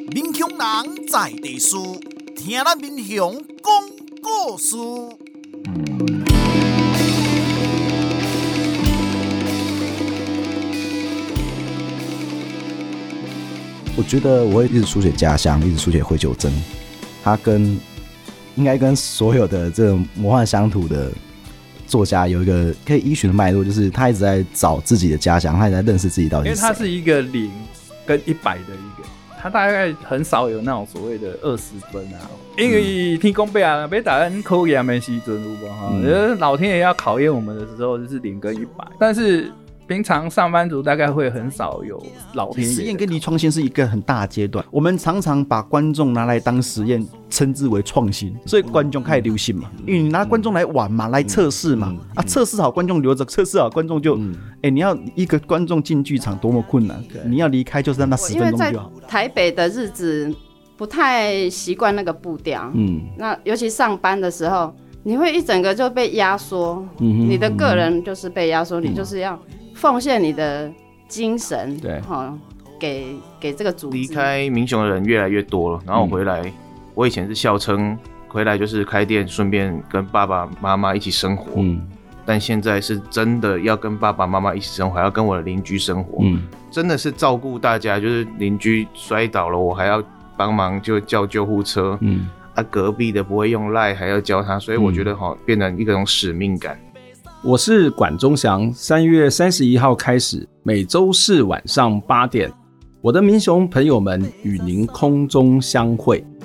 民雄人在地事，听咱民雄讲故事。 我觉得我会一直书写家乡，一直书写回九真，它应该跟所有的这种魔幻乡土的作家有一个可以依循的脉络，就是他一直在找自己的家乡，他一直在认识自己到底是谁。 因为他是一个0跟100的一个，他大概很少有那种所谓的20分啊。因为天公伯啊，要打咱考验的时阵有无老天爷要考验我们的时候就是0跟100，但是平常上班族大概会很少有老天爷。 实验跟离创新是一个很大的阶段，我们常常把观众拿来当实验，称之为创新，所以观众开始流行嘛，因为你拿观众来玩嘛，来测试嘛，测试好观众留着，测试好观众就，你要一个观众进剧场多么困难，你要离开就是让他10分钟就好。 因为在台北的日子不太习惯那个步调，那尤其上班的时候，你会一整个就被压缩，你的个人就是被压缩，你就是要奉献你的精神， 对， 给这个组织。 离开民雄的人越来越多了，然后我回来，我以前是笑称回来就是开店，顺便跟爸爸妈妈一起生活，但现在是真的要跟爸爸妈妈一起生活，还要跟我的邻居生活，真的是照顾大家，就是邻居摔倒了，我还要帮忙就叫救护车，隔壁的不会用LINE还要教他，所以我觉得变成一种使命感。 我是管中祥，3月31号开始，每周四晚上8点，我的民雄朋友们与您空中相会。